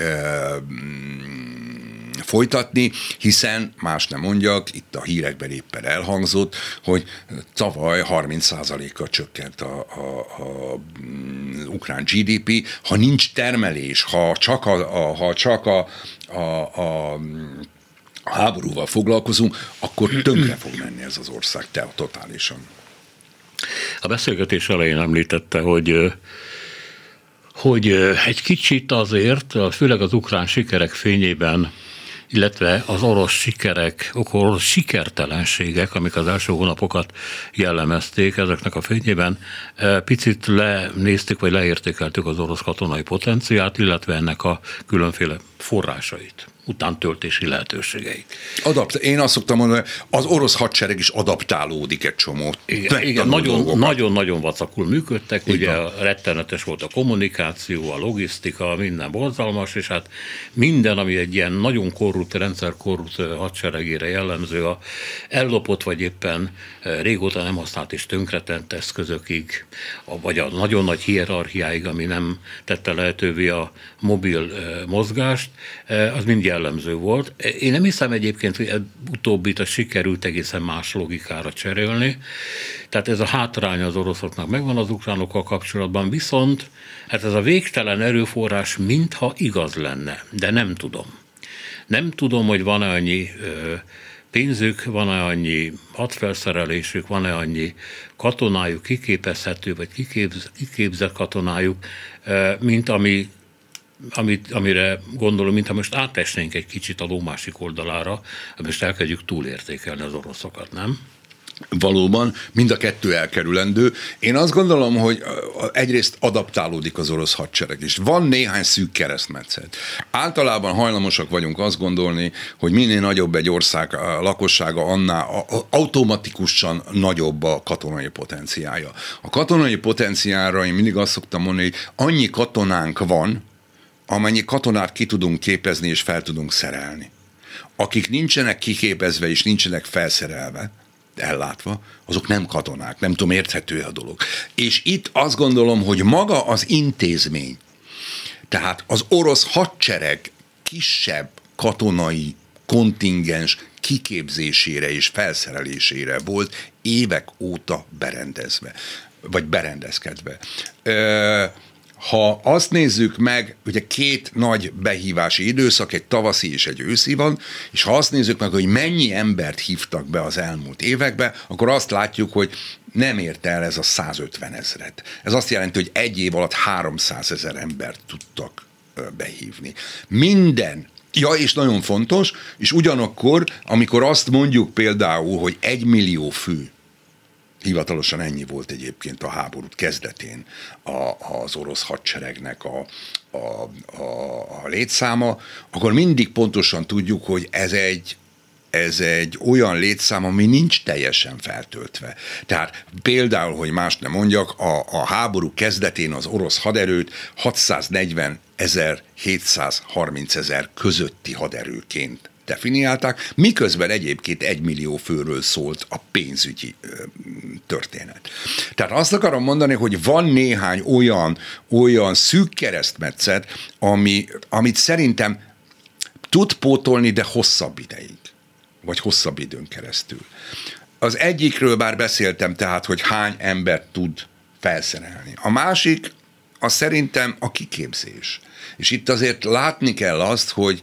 folytatni, hiszen más nem mondjak, itt a hírekben éppen elhangzott, hogy tavaly 30%-kal csökkent a ukrán GDP, ha nincs termelés, ha csak a háborúval foglalkozunk, akkor tönkre fog menni ez az ország totálisan. A beszélgetés elején említette, hogy egy kicsit azért, főleg az ukrán sikerek fényében, illetve az orosz sikertelenségek, amik az első hónapokat jellemezték, ezeknek a fényében picit lenéztük, vagy leértékeltük az orosz katonai potenciált, illetve ennek a különféle forrásait. utántöltési lehetőségeit. Én azt szoktam mondani, az orosz hadsereg is adaptálódik egy csomót. Igen, nagyon vacakul működtek, ugye rettenetes volt a kommunikáció, a logisztika, minden borzalmas, és hát minden, ami egy ilyen nagyon rendszer korrupt hadseregére jellemző, a ellopott vagy éppen régóta nem használt és tönkretett eszközökig, vagy a nagyon nagy hierarchiáig, ami nem tette lehetővé a mobil mozgást, az mind jellemző volt. Én nem hiszem egyébként, hogy utóbbit a sikerült egészen más logikára cserélni. Tehát ez a hátrány az oroszoknak megvan az ukránokkal kapcsolatban, viszont hát ez a végtelen erőforrás mintha igaz lenne, de nem tudom. Nem tudom, hogy van-e annyi pénzük, van-e annyi hadfelszerelésük, van-e annyi katonájuk, kiképezhető vagy kiképzett katonájuk, mint amire gondolom, mintha most átesnénk egy kicsit a ló másik oldalára, most elkezdjük túlértékelni az oroszokat, nem? Valóban, mind a kettő elkerülendő. Én azt gondolom, hogy egyrészt adaptálódik az orosz hadsereg is. Van néhány szűk keresztmetszet. Általában hajlamosak vagyunk azt gondolni, hogy minél nagyobb egy ország lakossága, annál automatikusan nagyobb a katonai potenciálja. A katonai potenciálra én mindig azt szoktam mondani, hogy annyi katonánk van, amennyi katonát ki tudunk képezni és fel tudunk szerelni. Akik nincsenek kiképezve és nincsenek felszerelve, ellátva, azok nem katonák, nem tudom, érthető a dolog. És itt azt gondolom, hogy maga az intézmény, tehát az orosz hadsereg kisebb katonai kontingens kiképzésére és felszerelésére volt évek óta berendezve, vagy berendezkedve. Ha azt nézzük meg, ugye két nagy behívási időszak, egy tavaszi és egy őszi van, és ha azt nézzük meg, hogy mennyi embert hívtak be az elmúlt években, akkor azt látjuk, hogy nem ért el ez a 150 000. Ez azt jelenti, hogy egy év alatt 300 000 embert tudtak behívni. Minden. Ja, és nagyon fontos, és ugyanakkor, amikor azt mondjuk például, hogy 1 millió fő, hivatalosan ennyi volt egyébként a háború kezdetén az orosz hadseregnek a létszáma, akkor mindig pontosan tudjuk, hogy ez egy olyan létszám, ami nincs teljesen feltöltve. Tehát például, hogy más nem mondjak, a háború kezdetén az orosz haderőt 640 000, 730 000 közötti haderőként definiálták, miközben egyébként 1 millió főről szólt a pénzügyi történet. Tehát azt akarom mondani, hogy van néhány olyan szűk keresztmetszet, amit szerintem tud pótolni, de hosszabb ideig, vagy hosszabb időn keresztül. Az egyikről már beszéltem, tehát, hogy hány embert tud felszerelni. A másik, az szerintem a kiképzés. És itt azért látni kell azt, hogy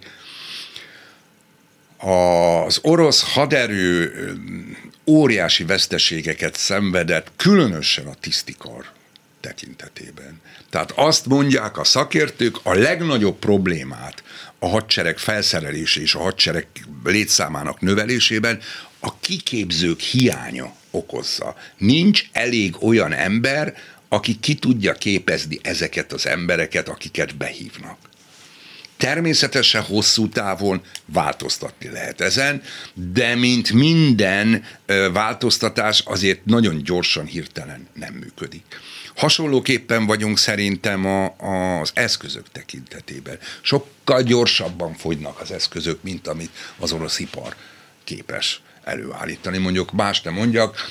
az orosz haderő óriási veszteségeket szenvedett, különösen a tisztikar tekintetében. Tehát azt mondják a szakértők, a legnagyobb problémát a hadsereg felszerelése és a hadsereg létszámának növelésében a kiképzők hiánya okozza. Nincs elég olyan ember, aki ki tudja képezni ezeket az embereket, akiket behívnak. Természetesen hosszú távon változtatni lehet ezen, de mint minden változtatás azért nagyon gyorsan, hirtelen nem működik. Hasonlóképpen vagyunk szerintem az eszközök tekintetében. Sokkal gyorsabban fogynak az eszközök, mint amit az orosz ipar képes előállítani. Mondjuk más nem mondjak,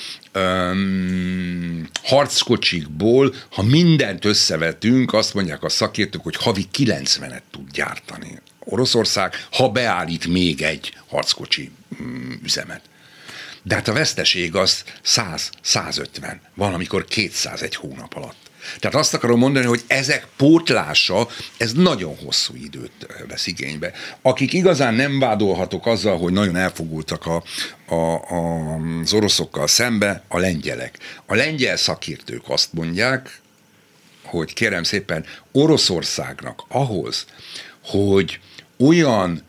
harckocsikból, ha mindent összevetünk, azt mondják a szakértők, hogy havi 90-et tud gyártani Oroszország, ha beállít még egy harckocsi üzemet. De hát a veszteség az 100-150, van amikor 200 egy hónap alatt. Tehát azt akarom mondani, hogy ezek pótlása, ez nagyon hosszú időt vesz igénybe. Akik igazán nem vádolhatok azzal, hogy nagyon elfogultak az oroszokkal szembe, a lengyelek. A lengyel szakértők azt mondják, hogy kérem szépen, Oroszországnak ahhoz, hogy olyan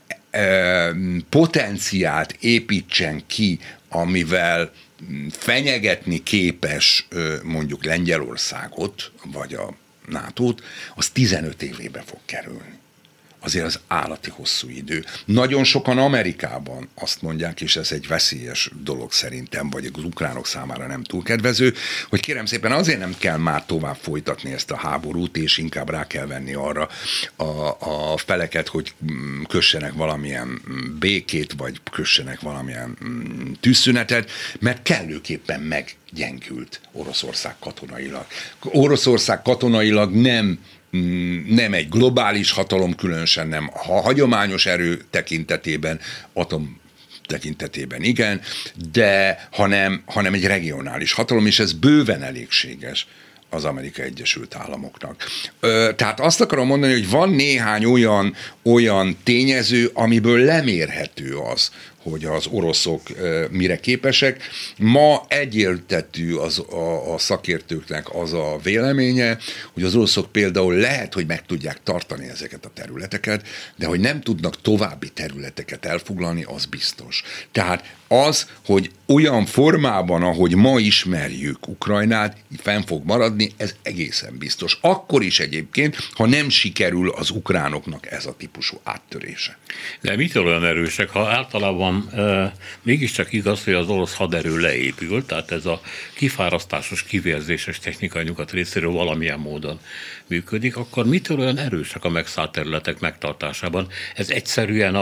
potenciált építsen ki, amivel fenyegetni képes mondjuk Lengyelországot, vagy a NATO-t, az 15 évébe fog kerülni. azért az állati hosszú idő. Nagyon sokan Amerikában azt mondják, és ez egy veszélyes dolog szerintem, vagy az ukránok számára nem túl kedvező, hogy kérem szépen azért nem kell már tovább folytatni ezt a háborút, és inkább rá kell venni arra a feleket, hogy kössenek valamilyen békét, vagy kössenek valamilyen tűzszünetet, mert kellőképpen meggyengült Oroszország katonailag. Oroszország katonailag nem egy globális hatalom, különösen nem a hagyományos erő tekintetében, atom tekintetében igen, de hanem egy regionális hatalom, és ez bőven elégséges az Amerikai Egyesült Államoknak. Tehát azt akarom mondani, hogy van néhány olyan tényező, amiből lemérhető az, hogy az oroszok mire képesek. Ma egyértelmű a szakértőknek az a véleménye, hogy az oroszok például lehet, hogy meg tudják tartani ezeket a területeket, de hogy nem tudnak további területeket elfoglalni, az biztos. Tehát az, hogy olyan formában, ahogy ma ismerjük Ukrajnát, fenn fog maradni, ez egészen biztos. Akkor is egyébként, ha nem sikerül az ukránoknak ez a típusú áttörése. De mitől olyan erősek, ha általában mégiscsak igaz, hogy az orosz haderő leépül, tehát ez a kifárasztásos, kivérzéses technika nyugat részéről valamilyen módon működik, akkor mitől olyan erősek a megszállt területek megtartásában? Ez egyszerűen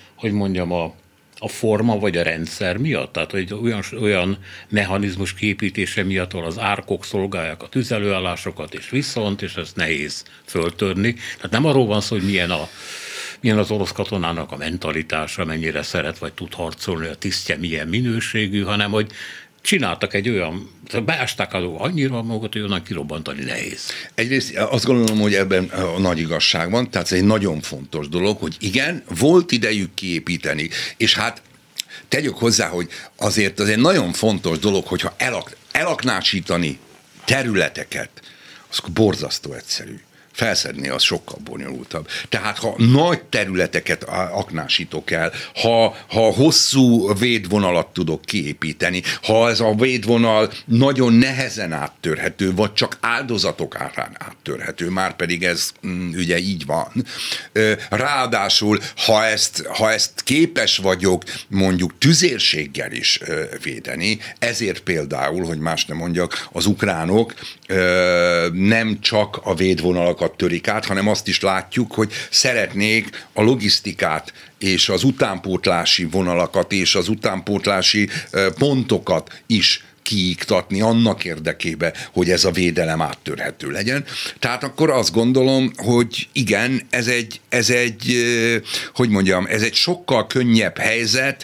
a forma vagy a rendszer miatt? Tehát, hogy olyan mechanizmus kiépítése miatt, ahol az árkok szolgálják a tüzelőállásokat, és viszont, és ez nehéz föltörni. Tehát nem arról van szó, hogy milyen az orosz katonának a mentalitása, mennyire szeret vagy tud harcolni, a tisztje milyen minőségű, hanem hogy csináltak egy olyan, beásták annyira magukat, hogy onnan kirobbantani nehéz. Egyrészt azt gondolom, hogy ebben a nagy igazság van, tehát ez egy nagyon fontos dolog, hogy igen, volt idejük kiépíteni, és hát tegyük hozzá, hogy azért az egy nagyon fontos dolog, hogyha elaknásítani területeket, az borzasztó egyszerű. Felszedni az sokkal bonyolultabb. Tehát ha nagy területeket aknásítok el, ha hosszú védvonalat tudok kiépíteni, ha ez a védvonal nagyon nehezen áttörhető, vagy csak áldozatok árán áttörhető, már pedig ez ugye így van. Ráadásul, ha ezt képes vagyok mondjuk tüzérséggel is védeni, ezért például, hogy más nem mondjak, az ukránok nem csak a védvonalakat törik át, hanem azt is látjuk, hogy szeretnék a logisztikát és az utánpótlási vonalakat és az utánpótlási pontokat is kiiktatni annak érdekében, hogy ez a védelem áttörhető legyen. Tehát akkor azt gondolom, hogy igen, ez egy sokkal könnyebb helyzet,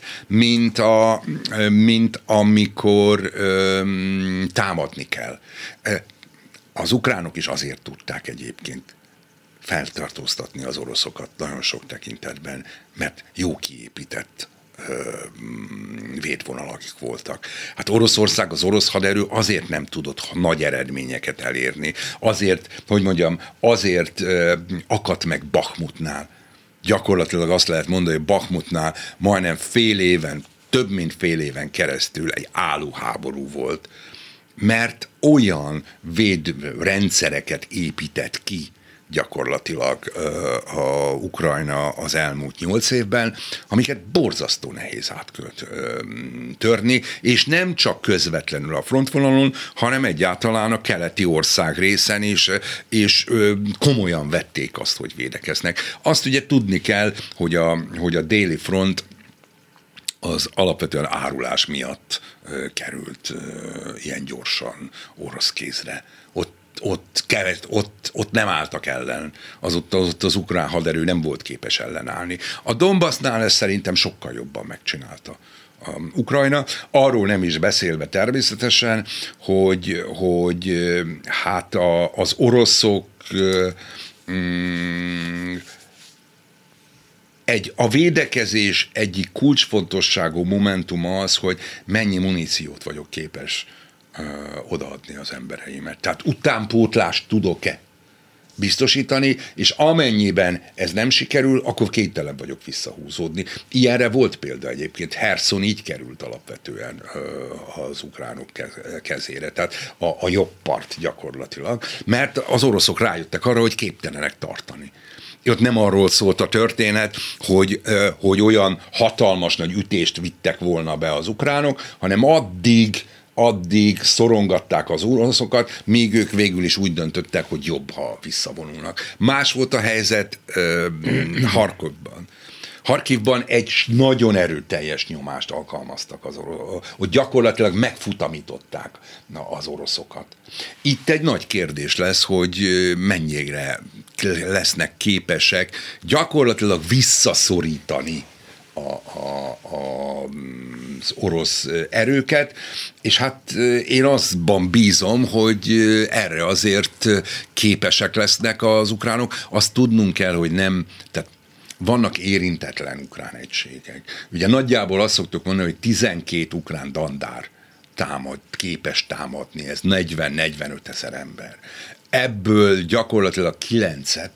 mint amikor támadni kell. Az ukránok is azért tudták egyébként feltartóztatni az oroszokat nagyon sok tekintetben, mert jó kiépített védvonalak voltak. Hát Oroszország, az orosz haderő azért nem tudott nagy eredményeket elérni. Azért akadt meg Bakhmutnál. Gyakorlatilag azt lehet mondani, hogy Bakhmutnál majdnem több mint fél éven keresztül egy álló háború volt, mert olyan védrendszereket épített ki gyakorlatilag a Ukrajna az elmúlt 8 évben, amiket borzasztó nehéz törni, és nem csak közvetlenül a frontvonalon, hanem egyáltalán a keleti ország részen is, és komolyan vették azt, hogy védekeznek. Azt ugye tudni kell, hogy a déli front az alapvetően árulás miatt került ilyen gyorsan orosz kézre. Ott nem álltak ellen, ott az ukrán haderő nem volt képes ellenállni. A Donbassnál ezt szerintem sokkal jobban megcsinálta Ukrajna, arról nem is beszélve természetesen, hogy hát az oroszok a védekezés egyik kulcsfontosságú momentuma az, hogy mennyi muníciót vagyok képes odaadni az embereimet. Tehát utánpótlást tudok-e biztosítani, és amennyiben ez nem sikerül, akkor képtelen vagyok visszahúzódni. Ilyenre volt példa egyébként. Herson így került alapvetően az ukránok kezére, tehát a jobb part gyakorlatilag, mert az oroszok rájöttek arra, hogy képtelenek tartani. Ott nem arról szólt a történet, hogy olyan hatalmas nagy ütést vittek volna be az ukránok, hanem addig szorongatták az oroszokat, míg ők végül is úgy döntöttek, hogy jobb, ha visszavonulnak. Más volt a helyzet Harkovban. Harkivban egy nagyon erőteljes nyomást alkalmaztak az oroszok, hogy gyakorlatilag megfutamították az oroszokat. Itt egy nagy kérdés lesz, hogy mennyire lesznek képesek gyakorlatilag visszaszorítani az orosz erőket, és hát én azban bízom, hogy erre azért képesek lesznek az ukránok. Azt tudnunk kell, hogy nem, tehát vannak érintetlen ukrán egységek. Ugye nagyjából azt szoktuk mondani, hogy 12 ukrán dandár képes támadni, ez 40-45 ezer ember. Ebből gyakorlatilag 9-et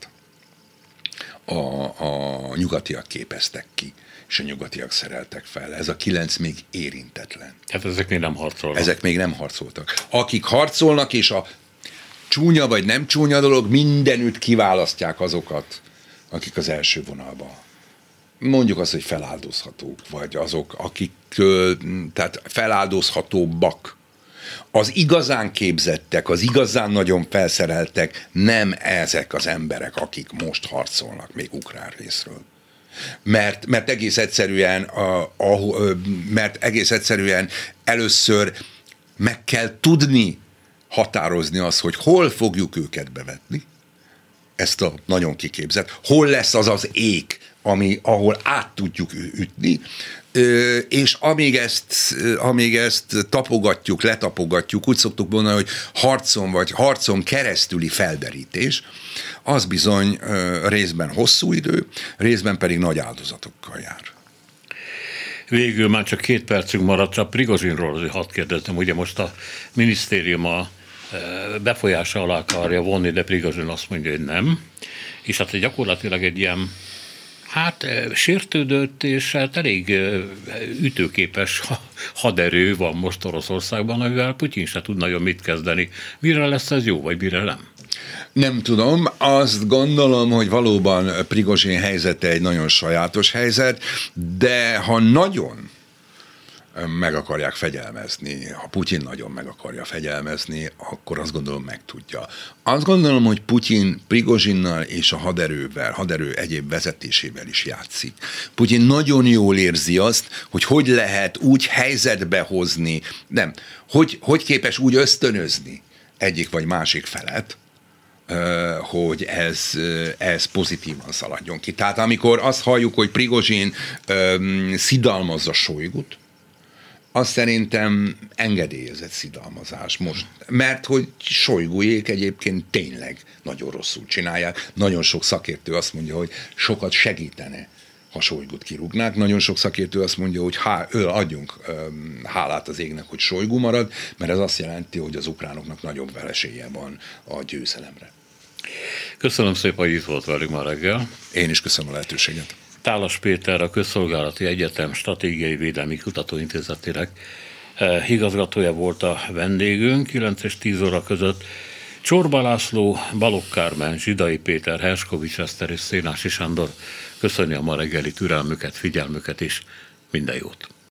a nyugatiak képeztek ki, és a nyugatiak szereltek fel. Ez a 9 még érintetlen. Hát ezek még nem harcolnak. Ezek még nem harcoltak. Akik harcolnak, és a csúnya vagy nem csúnya dolog, mindenütt kiválasztják azokat, akik az első vonalban. Mondjuk azt, hogy feláldozhatók, vagy azok, akik tehát feláldozhatóbbak. Az igazán képzettek, az igazán nagyon felszereltek nem ezek az emberek, akik most harcolnak még ukrán részről. Mert egész egyszerűen először meg kell tudni határozni azt, hogy hol fogjuk őket bevetni, ezt a nagyon kiképzett, hol lesz az az ék, ahol át tudjuk ütni, és amíg ezt tapogatjuk, letapogatjuk, úgy szoktuk mondani, hogy harcon keresztüli felderítés, az bizony részben hosszú idő, részben pedig nagy áldozatokkal jár. Végül már csak 2 percünk maradt, csak Prigozsinról azért hadd kérdezem, ugye most a minisztérium a befolyása alá akarja vonni, de Prigozsin azt mondja, hogy nem. És hát gyakorlatilag egy ilyen sértődött és hát elég ütőképes haderő van most Oroszországban, amivel Putyin se tud nagyon mit kezdeni. Mire lesz ez jó, vagy mire nem? Nem tudom, azt gondolom, hogy valóban Prigozsin helyzete egy nagyon sajátos helyzet, de ha nagyon meg akarják fegyelmezni, ha Putyin nagyon meg akarja fegyelmezni, akkor azt gondolom meg tudja. Azt gondolom, hogy Putyin Prigozsinnal és a haderő egyéb vezetésével is játszik. Putyin nagyon jól érzi azt, hogy lehet úgy helyzetbe hozni, hogy képes úgy ösztönözni egyik vagy másik felet, hogy ez pozitívan szaladjon ki. Tehát amikor azt halljuk, hogy Prigozsin szidalmazza Sojgut, az szerintem engedélyezett szidalmazás most. Mert hogy Sojgujék egyébként tényleg nagyon rosszul csinálják. Nagyon sok szakértő azt mondja, hogy sokat segítene, ha Sojgut kirúgnák. Nagyon sok szakértő azt mondja, hogy adjunk hálát az égnek, hogy Sojgu marad, mert ez azt jelenti, hogy az ukránoknak nagyobb esélye van a győzelemre. Köszönöm szépen, hogy itt volt velünk ma reggel. Én is köszönöm a lehetőséget. Tálas Péter, a Közszolgálati Egyetem Stratégiai Védelmi Kutatóintézetének igazgatója volt a vendégünk. 9 és 10 óra között Csorba László, Balogh Kármen, Zsidai Péter, Herskovics Eszter és Szénási Sándor köszöni a ma reggeli türelmüket, figyelmüket és minden jót.